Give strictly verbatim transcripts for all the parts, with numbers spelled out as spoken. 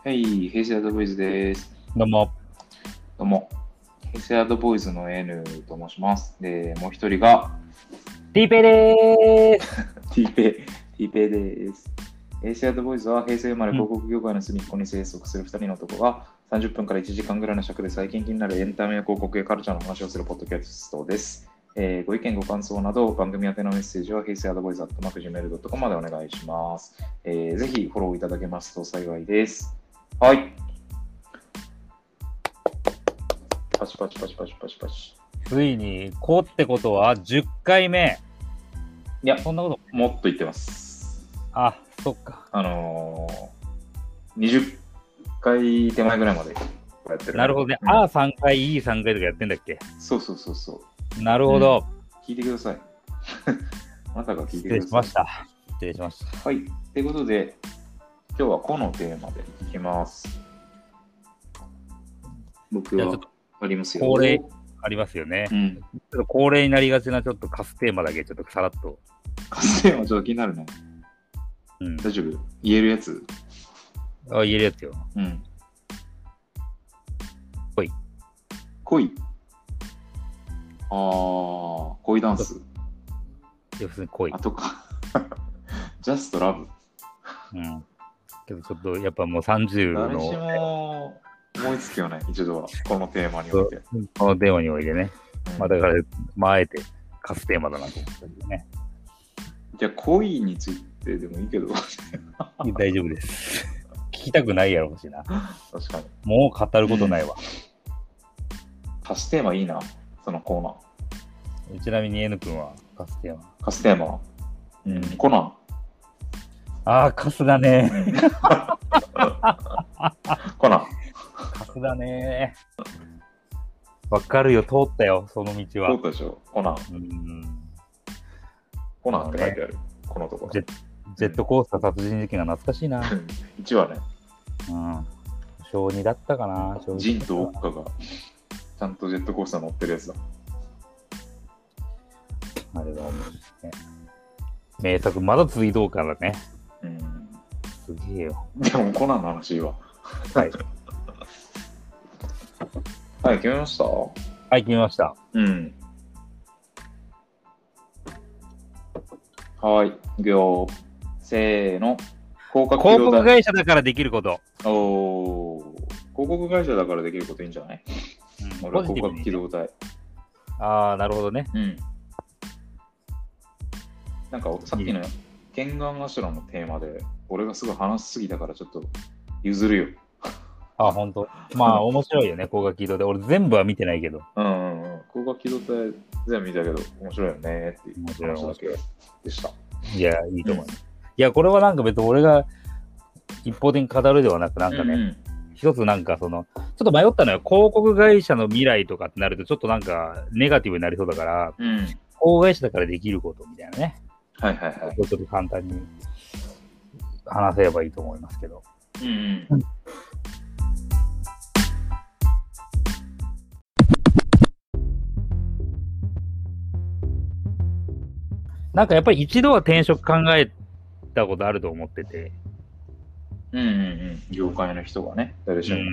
はい、平成アドボイスです。 どうも。 どうも。平成アドボイスの N と申します。で、もう一人が、 ティーペイでーす。 T ペイ、T ペイです。平成アドボイスは平成生まれうん広告業界の隅っこに生息するふたりの男がさんじゅっぷんからいちじかんぐらいの尺で最近気になるエンタメや広告やカルチャーの話をするポッドキャストです。えーご意見ご感想など番組宛てのメッセージは平成アドボイスアットマークジーメールドットコムまでお願いします。えーぜひフォローいただけますと幸いです。はい。パチパチパチパチパチパチ。 ついに、こうってことはじゅっかいめ。 いや、 そんなこともっと言ってます。 あ、そっか。 あのー、にじゅっかい手前ぐらいまでやってる、ね。 なるほどね。 うん、 あーさんかい、いーさんかいとかやってんだっけ。 そうそうそうそう。 なるほど。 うん、聞いてください。あなたが聞いてください。 失礼しました。失礼しました。 はい。ということで、今日はこのテーマでいきます。僕はありますよ。 恒例ありますよね。 うん、ちょっと恒例になりがちなちょっとカステーマだけちょっとさらっと。 カステーマちょっと気になるね。うん、大丈夫？言えるやつ？ あ、言えるやつよ。 うん。 恋。 恋。あー、恋ダンス。 要するに恋。 あとか。ジャストラブ。 うん。けどちょっとやっぱもうさんじゅうの。 誰しも思いつくよね、一度は。このテーマにおいて。 このテーマにおいてね。 うん、 まあだから、まああえてカステーマだなと思ったけどね。 じゃあ恋についてでもいいけど。 大丈夫です。聞きたくないやろうしな。 確かに。 もう語ることないわ。 カステーマいいな、そのコーナー。ちなみに N 君はカステーマ。 カステーマ。うん、コナン。 ああ、カスだね。 コナン。 カスだね。わかるよ、通ったよ、その道は。 通ったでしょ、コナン。うん、コナンって書いてある、ね、このところ。 ジェ。ジェットコースター殺人事件が懐かしいな。 いちわね。 うん。小にだったかな。 ジンとオッカがちゃんとジェットコースター乗ってるやつだ。 あれは、ね、名作、まだ続いとうからね。 うん。 すげえよ。 でもコナンの話いいわ。 はい。 はい、決めました？はい、決めました。 うん。はい、いくよ。せーの。 広告広告会社だからできること。 おー。広告会社だからできることいいんじゃない？うん、俺は広角機動隊。 ああ、なるほどね。 うん。なんかさっきのケンガンアシュラのテーマで、俺がすぐ話しすぎたからちょっと譲るよ。 あ、ほんと。まあ、面白いよね、広角機動隊。俺全部は見てないけど。 うんうんうん。広角機動隊全部見たけど、面白いよねっていう話だけでした。 いや、いいと思う、うん。いや、これはなんか別に俺が一方的に語るではなく、なんかね、うんうん、一つなんかその、ちょっと迷ったのよ。広告会社の未来とかってなると、ちょっとなんかネガティブになりそうだから、うん、広告会社だからできることみたいなね。 はいはいはい。 ちょっと簡単に話せればいいと思いますけど。 うんうん。 なんかやっぱり一度は転職考えたことあると思ってて。 うんうんうん。業界の人がね、誰しも。うん、うん。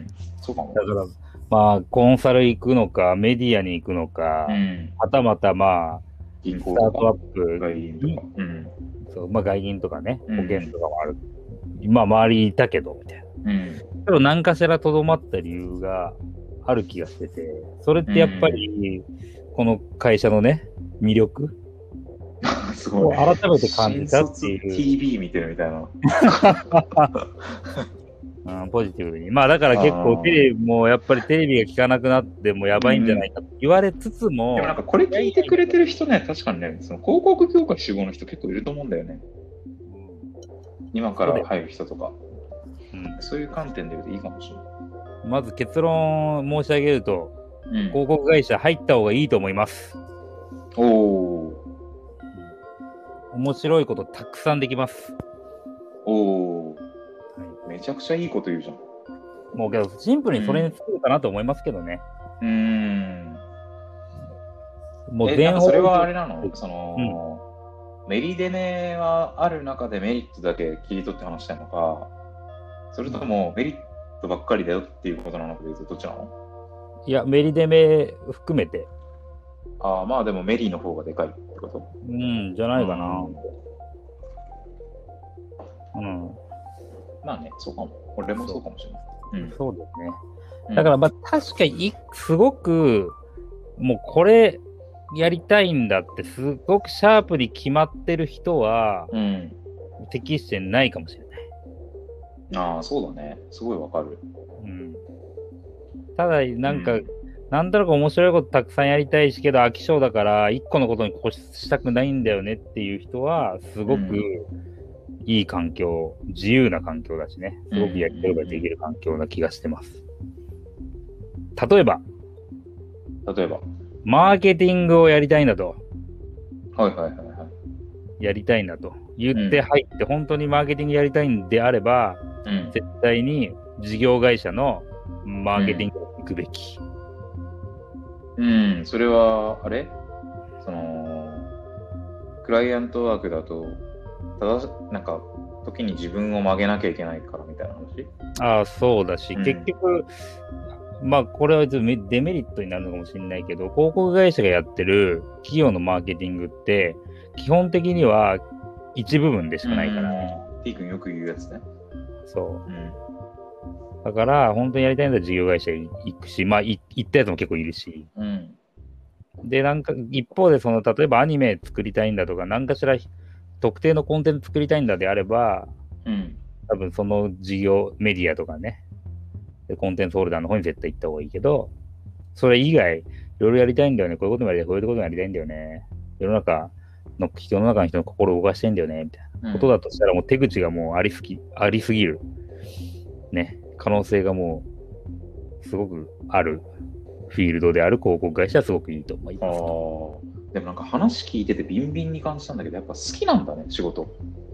そうかも。 だから、まあ、コンサル行くのか、メディアに行くのか、うん、はたまたまあ、 銀行スタートアップ、 外銀とか。 うん。そうまあ、外銀とかね、保険とかもある。うん、まあ、周りいたけど、みたいな。うん。けど、何かしらとどまった理由がある気がしてて、それってやっぱり、この会社のね、魅力すごい。 改めて感じたっていう。 ティービー 見てるみたいな。 うん、ポジティブに。まあだから結構テレビもやっぱりテレビが効かなくなってもやばいんじゃないかと言われつつも。 でもなんかこれ聞いてくれてる人ね、確かにね、その広告業界志望の人結構いると思うんだよね。うん、今から入る人とか。うん、そういう観点で言うといいかもしれない。 まず結論申し上げると、うん、広告会社入った方がいいと思います。 おー。 面白いことたくさんできます。 おー、はい。めちゃくちゃいいこと言うじゃん。 もうけどシンプルにそれに作るかなと思いますけどね。 うーん。 もう全方それはあれなの？その、うん、メリデメはある中でメリットだけ切り取って話したいのか、 それともメリットばっかりだよっていうことなのかで言うとどっちなの？ いや、メリデメ含めて。 ああ、まあでもメリの方がでかいってこと？ うん、じゃないかな。うん。うん、 まあね、そうかも。俺もそうかもしれない。 うん、そうですね。だからまあ確かにすごくもうこれやりたいんだってすごくシャープに決まってる人は、うん、適してないかもしれない。 ああ、そうだね。すごいわかる。 うん。ただなんか、うん、なんとなく面白いことたくさんやりたいしけど飽き性だから一個のことに固執したくないんだよねっていう人はすごく、うんいい環境、自由な環境だしね、すごくやりたいことができる環境な気がしてます。例えば、 例えば、 マーケティングをやりたいんだと。 はいはいはいはい。 やりたいんだと言って入って、うん、本当にマーケティングやりたいんであれば、うん、絶対に事業会社のマーケティングに行くべき。 うん、うん、それは、あれその、クライアントワークだと、ただなんか時に自分を曲げなきゃいけないからみたいな話？ ああ、そうだし、うん、結局まあこれはデメリットになるのかもしれないけど、広告会社がやってる企業のマーケティングって基本的には一部分でしかないから。 T 君よく言うやつね。 そう。うん、だから本当にやりたいんだったら事業会社行くし、まあ行ったやつも結構いるし。うん、でなんか一方でその例えばアニメ作りたいんだとか何かしら特定のコンテンツ作りたいんだであれば、うん、多分その事業メディアとかね、でコンテンツホルダーの方に絶対行った方がいいけど、それ以外、いろいろやりたいんだよね、こういうこともやりたい、こういうこともやりたいんだよね、世の中の、世の中の人の心を動かしてんだよね、みたいなことだとしたら、もう手口がもうありすぎ、ありすぎる。ね、可能性がもう、すごくあるフィールドである広告会社はすごくいいと思います。 でもなんか話聞いててビンビンに感じたんだけど、やっぱ好きなんだね、仕事。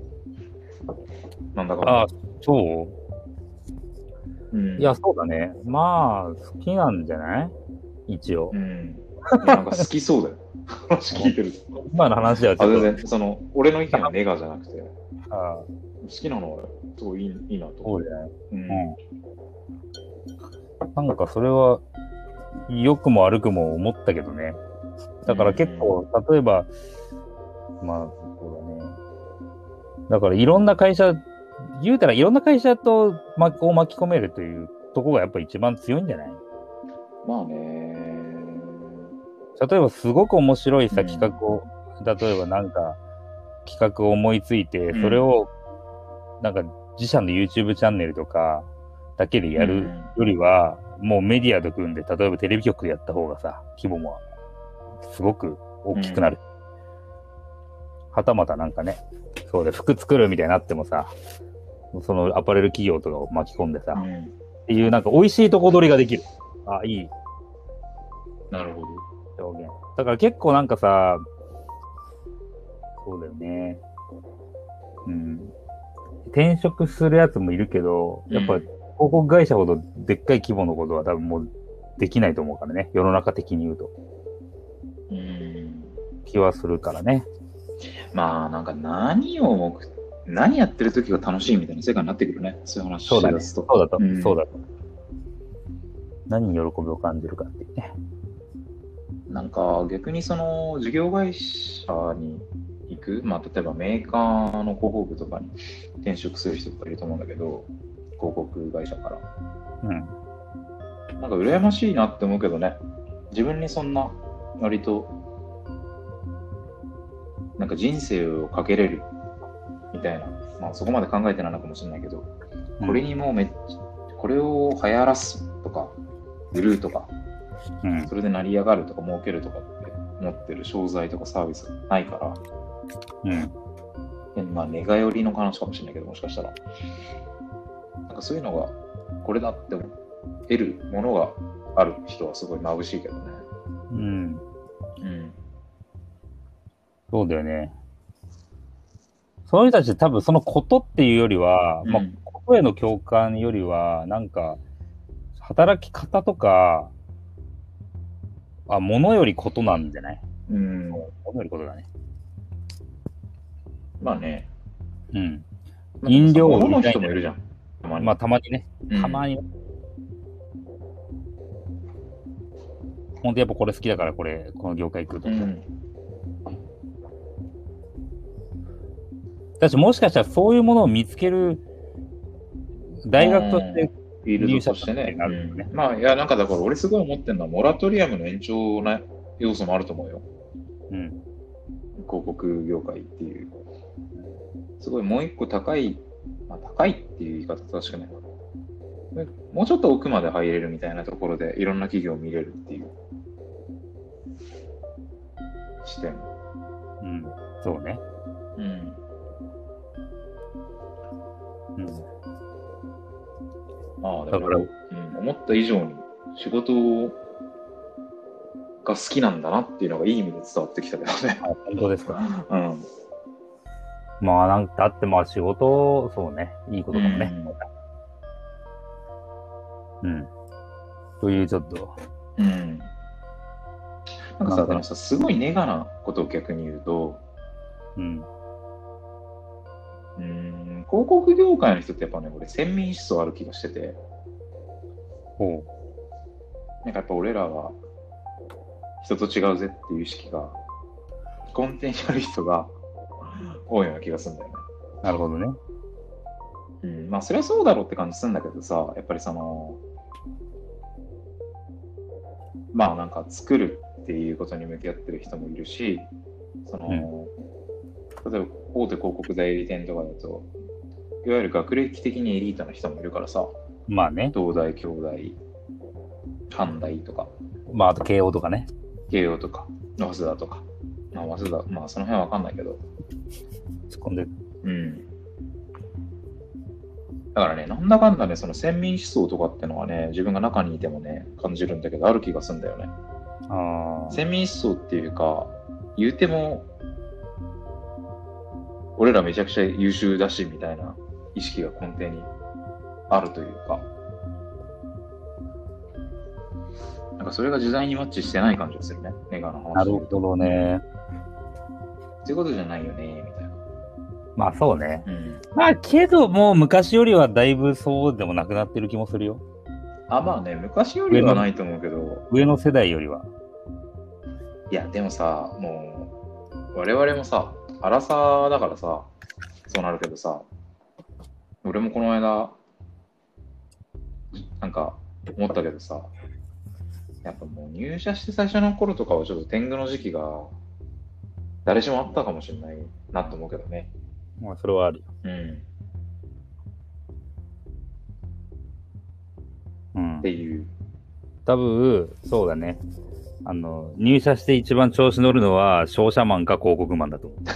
なんだか。 ああ、そう、うん、いや、そうだね。まあ、好きなんじゃない一応。うん。 なんか好きそうだよ。話聞いてる。 今の話はちょっと。 全然、その、俺の意見はネガじゃなくて、あ好きなのはすごいいい、いいなと思う。そうだね。うん。 なんかそれは、良くも悪くも思ったけどね。だから結構、例えば、まあ、そうだね。だからいろんな会社、言うたらいろんな会社と巻を巻き込めるというところがやっぱり一番強いんじゃない？ まあね。 例えばすごく面白いさ、企画を、うん、例えばなんか企画を思いついて、それをなんか自社の YouTube チャンネルとかだけでやるよりは、うん、もうメディアと組んで、例えばテレビ局でやった方がさ、規模もすごく大きくなる。うん、はたまたなんかね、そうで服作るみたいになってもさ、そのアパレル企業とかを巻き込んでさ、うん、っていうなんか美味しいとこ取りができる。あ、いい。 なるほど。 表現。だから結構なんかさ、そうだよね。うん。転職するやつもいるけど、やっぱ広告会社ほどでっかい規模のことは多分もうできないと思うからね。世の中的に言うと。うん。気はするからね。 まあなんか何を目何やってる時が楽しいみたいな世界になってくるね。そういう話しだすと。 そうだと。うん、そうだと。何に喜びを感じるかっていうね。 なんか逆にその事業会社に行く、まあ例えばメーカーの広報部とかに転職する人とかいると思うんだけど、広告会社から。うん。なんか羨ましいなって思うけどね。自分にそんな割となんか人生をかけれるみたいな、まあそこまで考えてないのかもしれないけど、これにもうめっちゃ、これを流行らすとか、売るとか、うん、それで成り上がるとか儲けるとかって思ってる商材とかサービスがないから、うん、まあ寝返りの話かもしれないけど、もしかしたらなんかそういうのがこれだって得るものがある人はすごい眩しいけどね。うん。うん。 そうだよね。その人たち多分そのことっていうよりは、うん、まあことへの共感よりはなんか働き方とか。あ、物よりことなんじゃない？うん。物よりことだね。 まあね。 うん。飲料を売りたい。物の人もいるじゃん。 たまに。 まあ、たまにね。たまに。ほんとやっぱこれ好きだから、これ、この業界来ると。うん、だし、もしかしたらそういうものを見つける大学として入社してね。うん、まあ、いや、なんかだから俺すごい思ってるのは、モラトリアムの延長な要素もあると思うよ。うん。広告業界っていう。すごいもう一個高い、まあ、高いっていう言い方確かない。もうちょっと奥まで入れるみたいなところでいろんな企業を見れるっていう視点。 うん、そうね。うん。 うん。まあ、だから、うん、思った以上に仕事が好きなんだなっていうのがいい意味で伝わってきたけどね。 あ、本当ですか。うん。まあ、なんか、だってまあ仕事、そうね、いいことかもね。うん。うん、というちょっと。うん。 なんかさ、でもさ、すごいネガなことを逆に言うと、うん。うん、広告業界の人ってやっぱね、俺、先民思想ある気がしてて。ほう。なんかやっぱ俺らは、人と違うぜっていう意識が、根底にある人が多いような気がするんだよね。 なるほどね。 うん、まあ、そりゃそうだろうって感じするんだけどさ、やっぱりその、まあなんか作るっていうことに向き合ってる人もいるし、その、うん、例えば大手広告代理店とかだと、いわゆる学歴的にエリートな人もいるからさ、 まあね。 東大、京大、阪大とか。 まああと慶応とかね。 慶応とか、早稲田とか。まあ早稲田、まあその辺はわかんないけど。 突っ込んでる。うん。 だからね、なんだかんだね、その先民思想とかってのはね、自分が中にいてもね、感じるんだけど、ある気がするんだよね。あ先民思想っていうか、言うても、俺らめちゃくちゃ優秀だし、みたいな意識が根底にあるというか、なんかそれが時代にマッチしてない感じがするね、ネガの話。 なるほどね。 そういうことじゃないよね、みたいな。 まあそうね。うん、まあけどもう昔よりはだいぶそうでもなくなってる気もするよ。 あ、まあね、昔よりはないと思うけど。 上の世代よりは。 いや、でもさ、もう、我々もさ、荒さだからさ、そうなるけどさ、俺もこの間、なんか思ったけどさ、やっぱもう入社して最初の頃とかはちょっと天狗の時期が誰しもあったかもしれないなと思うけどね。 まあそれはあるよ。 うん。っていう。 多分、そうだね。あの、入社して一番調子乗るのは商社マンか広告マンだと思う。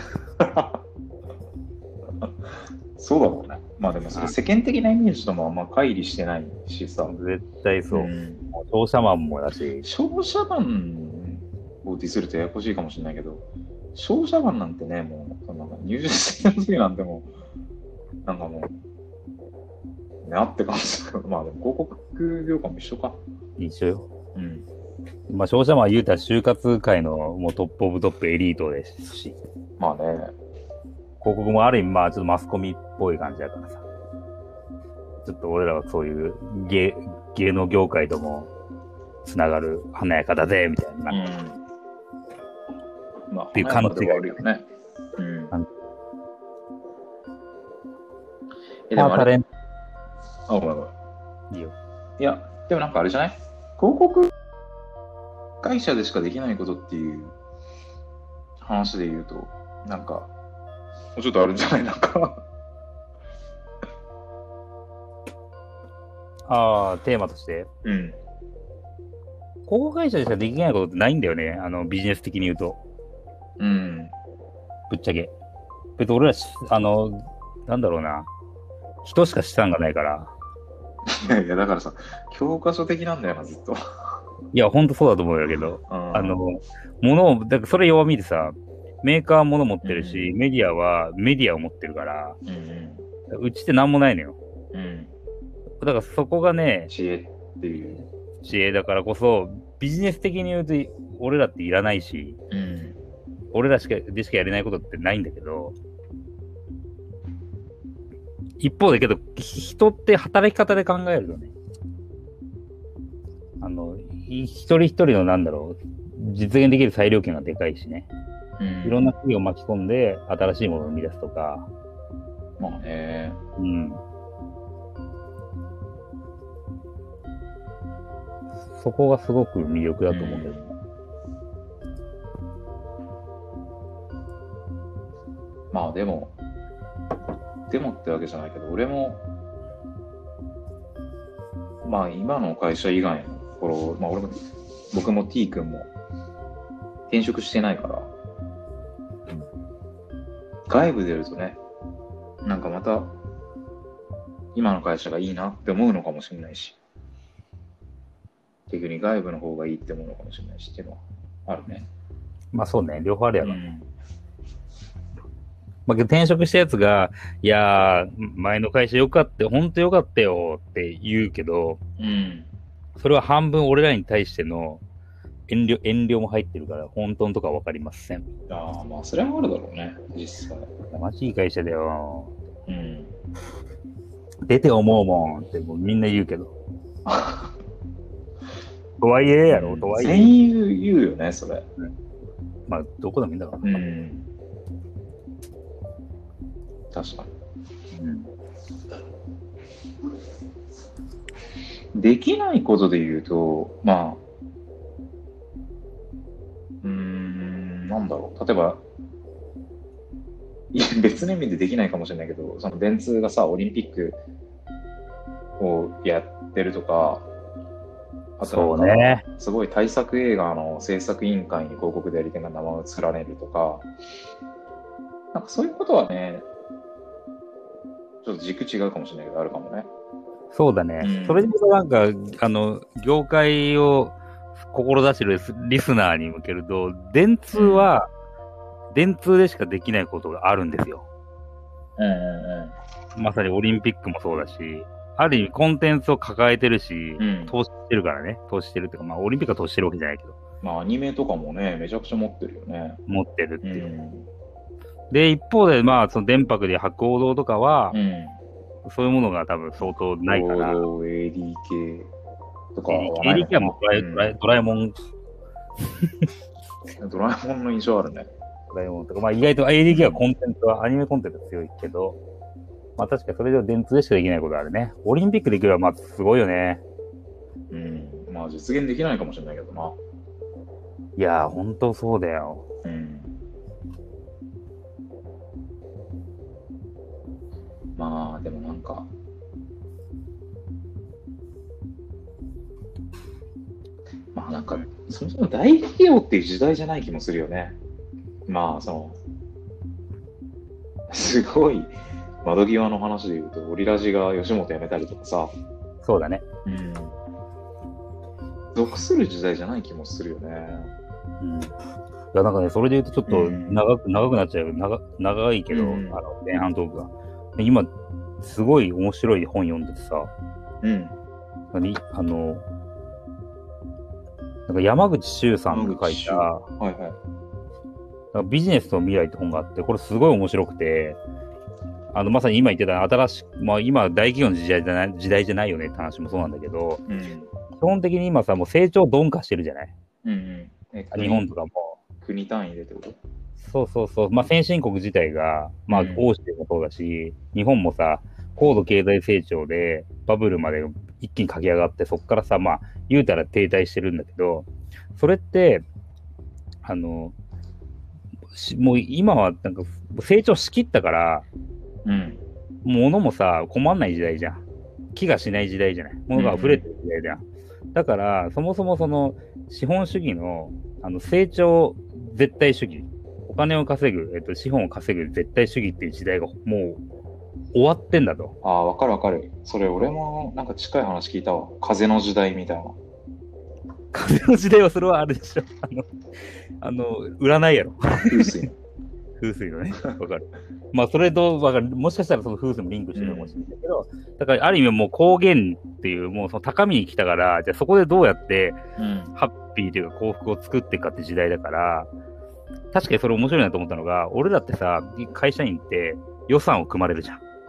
そうだろうね。まあでもそれ世間的なイメージともあんま乖離してないしさ。 絶対そう。うん、商社マンもだし。 商社マンをディスるとややこしいかもしれないけど、商社マンなんてね、もう、なんか入社してる時なんてもう、なんかもう、ね、あって感じだけど、まあでも広告業界も一緒か。 一緒よ。うん。まあ商社マンは言うたら就活界のもうトップオブトップエリートですし。 まあね。 広告もある意味、まあちょっとマスコミっぽい感じだからさ。ちょっと俺らはそういう芸、芸能業界ともつながる華やかだぜ、みたいな。 うん。まあ、っていう感じがあるよね。うん。え、でもあれ、あ、ごめんごめん。いいよ。いや、でもなんかあれじゃない？広告会社でしかできないことっていう話で言うと、なんか、もうちょっとあるんじゃないなんかああ、テーマとしてうん。広告会社でしかできないことってないんだよね。あの、ビジネス的に言うと。うん。ぶっちゃけ。別に俺ら、あの、なんだろうな。人しか資産がないから。 いやいや、だからさ、教科書的なんだよな、ずっと。 いや、ほんとそうだと思うんだけど。あの、物を、だからそれ弱みでさ、メーカーは物持ってるし、うん、メディアはメディアを持ってるから、うんうん、うちってなんもないのよ。うん、だからそこがね、 知恵っていう。 知恵だからこそ、ビジネス的に言うと、俺らっていらないし、うん、俺らしかでしかやれないことってないんだけど、 一方でけど、人って働き方で考えるとね、あの、一人一人のなんだろう、実現できる裁量権がでかいしね。うん、いろんな企業を巻き込んで新しいものを生み出すとか。 まあね。 うん。そこがすごく魅力だと思うけど、ね。 うん、まあでも、でもってわけじゃないけど、俺も、まあ今の会社以外のところ、まあ俺も、僕も T 君も転職してないから、うん、外部出るとね、なんかまた今の会社がいいなって思うのかもしれないし、逆に外部の方がいいって思うのかもしれないしっていうのはあるね。 まあそうね、両方あるやろ。うん、まあ、転職したやつが、いやー、前の会社よかったよ、ほんとよかったよって言うけど、 うん、 それは半分俺らに対しての遠慮、遠慮も入ってるから、本当のとかわかりません。 ああ、まあそれはあるだろうね、実際。 マジいい会社だよ。 うん。 出て思うもんってもうみんな言うけど。とはいえやろ、とはいえ。 全員言うよね、それ。 うん、まあ、どこでもいいんだから。 うん。確かに。うん。できないことで言うと、まあ、うーん、なんだろう。例えば、いや別の意味でできないかもしれないけど、その電通がさ、オリンピックをやってるとか、あとなんか、ね、すごい大作映画の制作委員会に広告代理店が名前を連ねるとか、なんかそういうことはね、ちょっと軸違うかもしれないけど、あるかもね。 そうだね。うん、それでもなんか、あの、業界を志してるリスナーに向けると、電通は、電通でしかできないことがあるんですよ。 うんうんうん。 まさにオリンピックもそうだし、ある意味コンテンツを抱えてるし、うん、投資してるからね。投資してるっていうか、まあオリンピックは投資してるわけじゃないけど。 まあアニメとかもね、めちゃくちゃ持ってるよね。 持ってるっていう。うん、で、一方で、まあその電波で博報堂とかは、うん、そういうものが多分相当ないから。 エーディーケー とかはないのかな。エーディーケー はもうドラえ、うん、ドラえもん。 ドラえもんの印象あるね。 ドラえもんとか、まあ意外と エーディーケー はコンテンツは、アニメコンテンツ強いけど、まあ確かにそれでは電通でしかできないことあるね。オリンピックできればまあすごいよね。 うん。まあ実現できないかもしれないけどな。 いやー、ほんとそうだよ。 うん。まあでもなんか、まあなんか、そもそも大企業っていう時代じゃない気もするよね。まあその、すごい窓際の話で言うと、オリラジが吉本辞めたりとかさ。 そうだね。 うん。属する時代じゃない気もするよね。 うん。いやなんかね、それで言うとちょっと長く、うん、長くなっちゃう。長長いけど、うん、あの前半トークが。今、すごい面白い本読んでてさ。 うん。 何あの、なんか山口周さんが書いた、 はいはい。 なんかビジネスの未来って本があって、これすごい面白くて、あのまさに今言ってた新しく、まあ今大企業の時代じゃない、時代じゃないよねって話もそうなんだけど、 うん、 基本的に今さ、もう成長鈍化してるじゃない、 うんうん、 日本とかも。 国単位でってこと？ そうそうそう。まあ先進国自体が、まあ欧州もそうだし、うん、日本もさ、高度経済成長でバブルまで一気に駆け上がって、そこからさ、まあ言うたら停滞してるんだけど、それって、あの、もう今はなんか成長しきったから、 うん、 物もさ困んない時代じゃん。気がしない時代じゃない。物が溢れてる時代じゃん。うん、だからそもそもその資本主義のあの成長絶対主義、お金を稼ぐ、えっと資本を稼ぐ絶対主義っていう時代がもう終わってんだと。 ああ、わかるわかる。それ俺もなんか近い話聞いたわ。風の時代みたいな。 風の時代はそれはあるでしょ。あの、あの占いやろ。 風水。 風水のね、わかる。まあ、それと、わかる。もしかしたらその風水もリンクしてるかもしれないけど、うん、だから、ある意味もう高原っていう、もうその高みに来たから、じゃあそこでどうやって、ハッピーというか幸福を作っていくかって時代だから、確かにそれ面白いなと思ったのが、俺だってさ、会社員って予算を組まれるじゃん。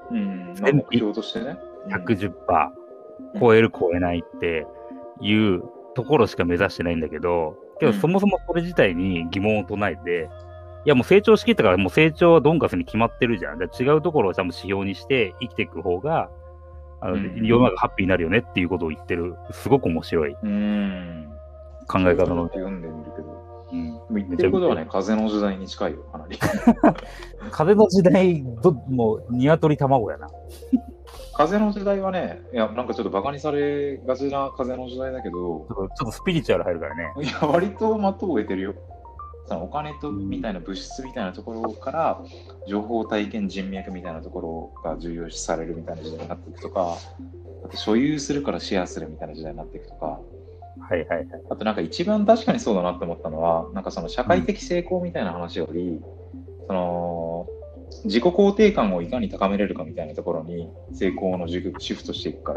うん、まあ、目標としてね。 ひゃくじゅっパーセント 超える超えないっていうところしか目指してないんだけど、けどそもそもそれ自体に疑問を唱えて、いやもう成長しきったからもう成長はドンカスに決まってるじゃん。だから違うところをちゃんと指標にして生きていく方が、あの、うん、世の中ハッピーになるよねっていうことを言ってる、すごく面白い考え方の。 読んでみるけど。うん、言ってることはね、風の時代に近いよ、かなり。 風の時代、どもう、鶏卵やな。 風の時代はね、いや、なんかちょっとバカにされがちな風の時代だけど、ちょっと、ちょっとスピリチュアル入るからね。 いや、割と的を得てるよ。そのお金とみたいな物質みたいなところから、情報体験人脈みたいなところが重要視されるみたいな時代になっていくとか、あと所有するからシェアするみたいな時代になっていくとか、 はいはいはい。 あとなんか一番確かにそうだなって思ったのは、なんかその社会的成功みたいな話より、うん、その自己肯定感をいかに高めれるかみたいなところに成功の軸シフトしていくから、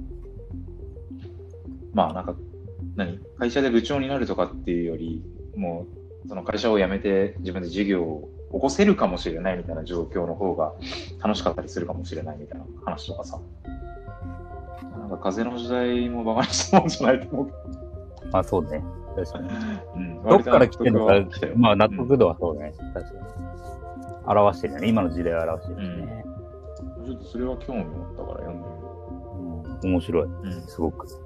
まあなんか何会社で部長になるとかっていうよりもうその会社を辞めて自分で事業を起こせるかもしれないみたいな状況の方が楽しかったりするかもしれないみたいな話とかさ、なんか風の時代もバカにしたもんじゃないと思う。 まあそうね、確かに。うん、どっから来てるのか、まあ納得度はそうね、うん、確かに。表してるよね、今の時代を表してるしね、 うん。ちょっとそれは興味持ったから読んでみる。 うん、面白い、うん、すごく。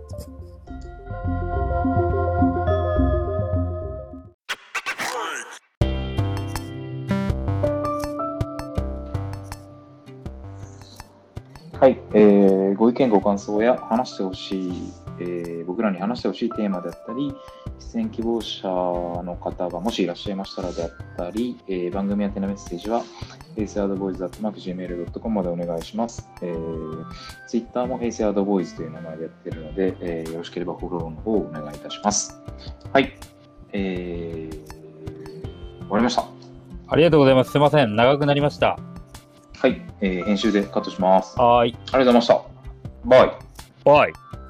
はい、えー、ご意見ご感想や話してほしい、えー、僕らに話してほしいテーマであったり、出演希望者の方がもしいらっしゃいましたらであったり、えー、番組宛てのメッセージは平成アドボイズアットマークジーメールドットコム までお願いします。えー、Twitter も平成アドボイズという名前でやっているので、えー、よろしければフォローの方をお願いいたします。はい、えー、終わりました。 ありがとうございます。すいません、長くなりました。 はい、えー、編集でカットします。 はい。 ありがとうございました。バイ。 バイ。